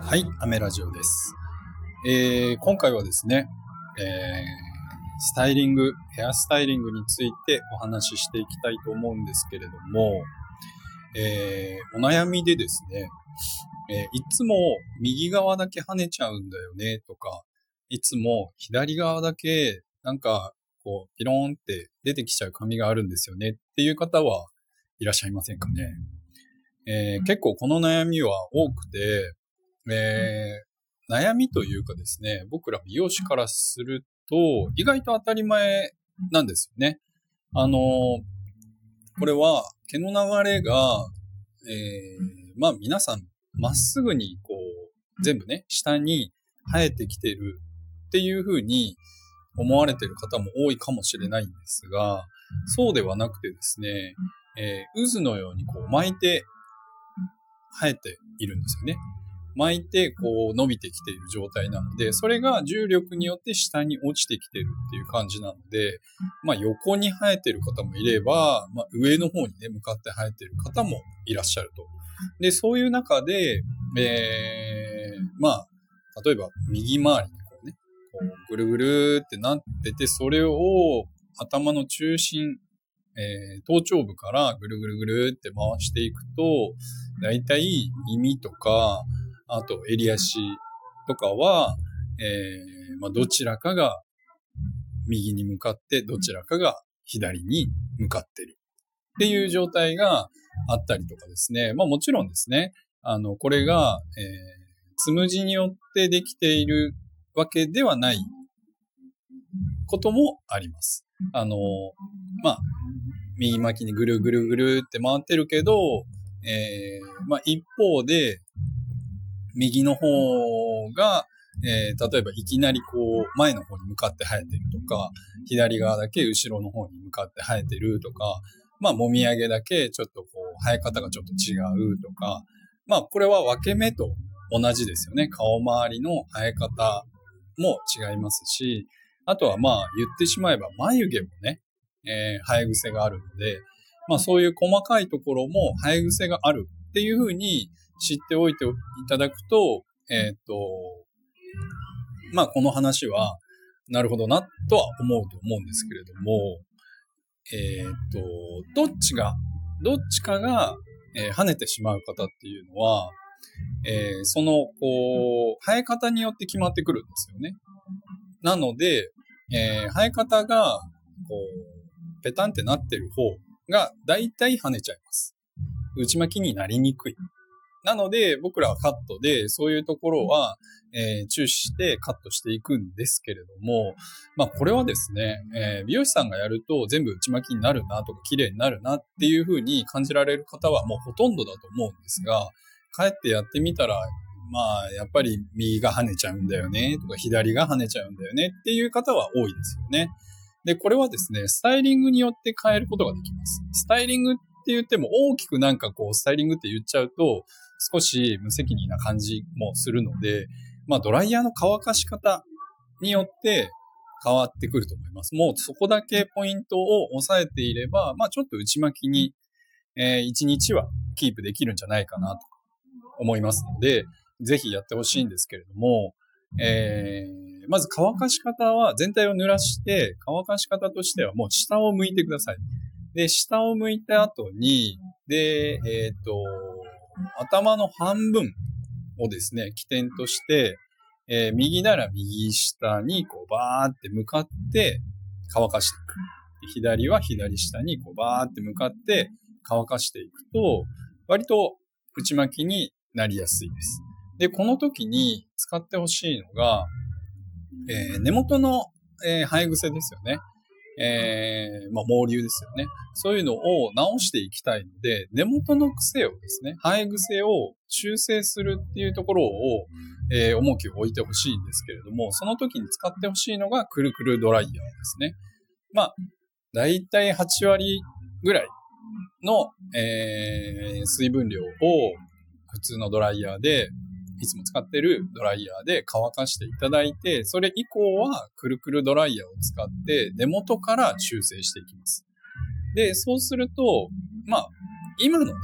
はい、アメラジオです。今回はですね、スタイリング、ヘアスタイリングについてお話ししていきたいと思うんですけれども、お悩みでですね、いつも右側だけ跳ねちゃうんだよねとか、いつも左側だけピローンって出てきちゃう髪があるんですよねっていう方はいらっしゃいませんかね。結構この悩みは多くて、悩みというかですね、僕ら美容師からすると意外と当たり前なんですよね。これは毛の流れが、皆さんまっすぐに全部ね、下に生えてきてるっていう風に思われてる方も多いかもしれないんですが、そうではなくてですね、渦のように巻いて生えているんですよね。巻いて伸びてきている状態なので、それが重力によって下に落ちてきているっていう感じなので、横に生えている方もいれば、上の方にね、向かって生えている方もいらっしゃると。で、そういう中で、例えば右回りにぐるぐるってなってて、それを頭の中心、頭頂部からぐるぐるぐるって回していくと、だいたい耳とか、あと襟足とかは、どちらかが右に向かってどちらかが左に向かってるっていう状態があったりとかですね。もちろんですね、これが、つむじによってできているわけではないこともあります。右巻きにぐるぐるぐるって回ってるけど、一方で、右の方が、例えばいきなり前の方に向かって生えてるとか、左側だけ後ろの方に向かって生えてるとか、もみあげだけちょっと生え方がちょっと違うとか、これは分け目と同じですよね。顔周りの生え方も違いますし、あとは言ってしまえば眉毛もね、生え癖があるので、そういう細かいところも生え癖があるっていうふうに知っておいていただくと、この話はなるほどなとは思うと思うんですけれども、どっちかが、跳ねてしまう方っていうのは、その、生え方によって決まってくるんですよね。なので、生え方が、ペタンってなってる方が、だいたい跳ねちゃいます。内巻きになりにくい。なので、僕らはカットで、そういうところは、注視してカットしていくんですけれども、これはですね、美容師さんがやると全部内巻きになるなとか綺麗になるなっていう風に感じられる方はもうほとんどだと思うんですが、帰ってやってみたら、やっぱり右が跳ねちゃうんだよねとか左が跳ねちゃうんだよねっていう方は多いですよね。で、これはですね、スタイリングによって変えることができます。スタイリングって言っても大きくスタイリングって言っちゃうと、少し無責任な感じもするので、ドライヤーの乾かし方によって変わってくると思います。もうそこだけポイントを押さえていれば、ちょっと内巻きに、1日はキープできるんじゃないかなと思いますので、ぜひやってほしいんですけれども、まず乾かし方は全体を濡らして、乾かし方としてはもう下を向いてください。で、下を向いた後に、で、頭の半分をですね、起点として、右なら右下にバーって向かって乾かしていく。左は左下にバーって向かって乾かしていくと、割と内巻きになりやすいです。で、この時に使ってほしいのが、根元の、生え癖ですよね。毛流ですよね。そういうのを直していきたいので、根元の癖をですね、生え癖を修正するっていうところを、重きを置いてほしいんですけれども、その時に使ってほしいのがくるくるドライヤーですね。だいたい8割ぐらいの、水分量を普通のドライヤーで、いつも使ってるドライヤーで乾かしていただいて、それ以降はくるくるドライヤーを使って根元から修正していきます。で、そうすると、今のね、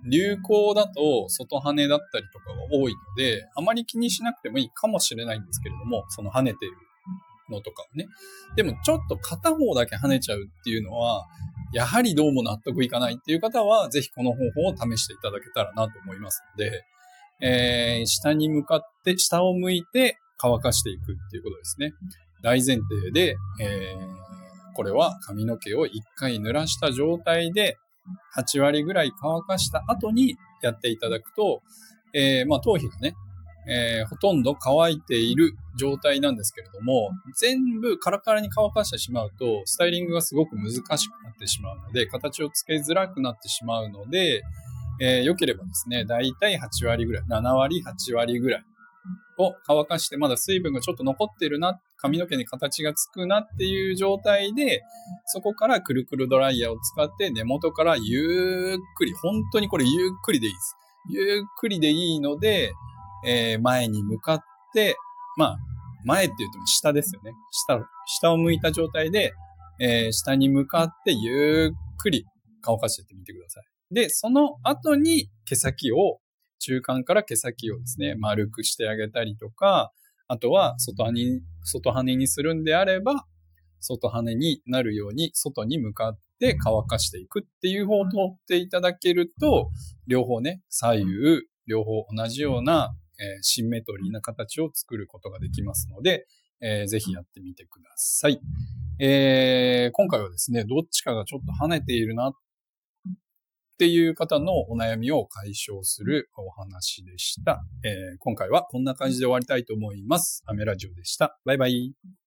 流行だと外跳ねだったりとかが多いので、あまり気にしなくてもいいかもしれないんですけれども、その跳ねているのとかをね。でもちょっと片方だけ跳ねちゃうっていうのは、やはりどうも納得いかないっていう方は、ぜひこの方法を試していただけたらなと思いますので、下に向かって、下を向いて乾かしていくっていうことですね。大前提で、これは髪の毛を1回濡らした状態で8割ぐらい乾かした後にやっていただくと、頭皮がね、ほとんど乾いている状態なんですけれども、全部カラカラに乾かしてしまうと、スタイリングがすごく難しくなってしまうので、形をつけづらくなってしまうので、良ければですね、だいたい8割ぐらい、7割、8割ぐらいを乾かして、まだ水分がちょっと残ってるな、髪の毛に形がつくなっていう状態で、そこからくるくるドライヤーを使って根元からゆっくり、本当にこれゆっくりでいいです。ゆっくりでいいので、前に向かって、前って言っても下ですよね。下を向いた状態で、下に向かってゆっくり乾かしていってみてください。で、その後に毛先を、中間から毛先をですね、丸くしてあげたりとか、あとは外跳ねにするんであれば、外跳ねになるように外に向かって乾かしていくっていう方を取っていただけると、両方ね、左右、両方同じような、シンメトリーな形を作ることができますので、ぜひやってみてください。今回はですね、どっちかがちょっと跳ねているなっていう方のお悩みを解消するお話でした。今回はこんな感じで終わりたいと思います。アメラジオでした。バイバイ。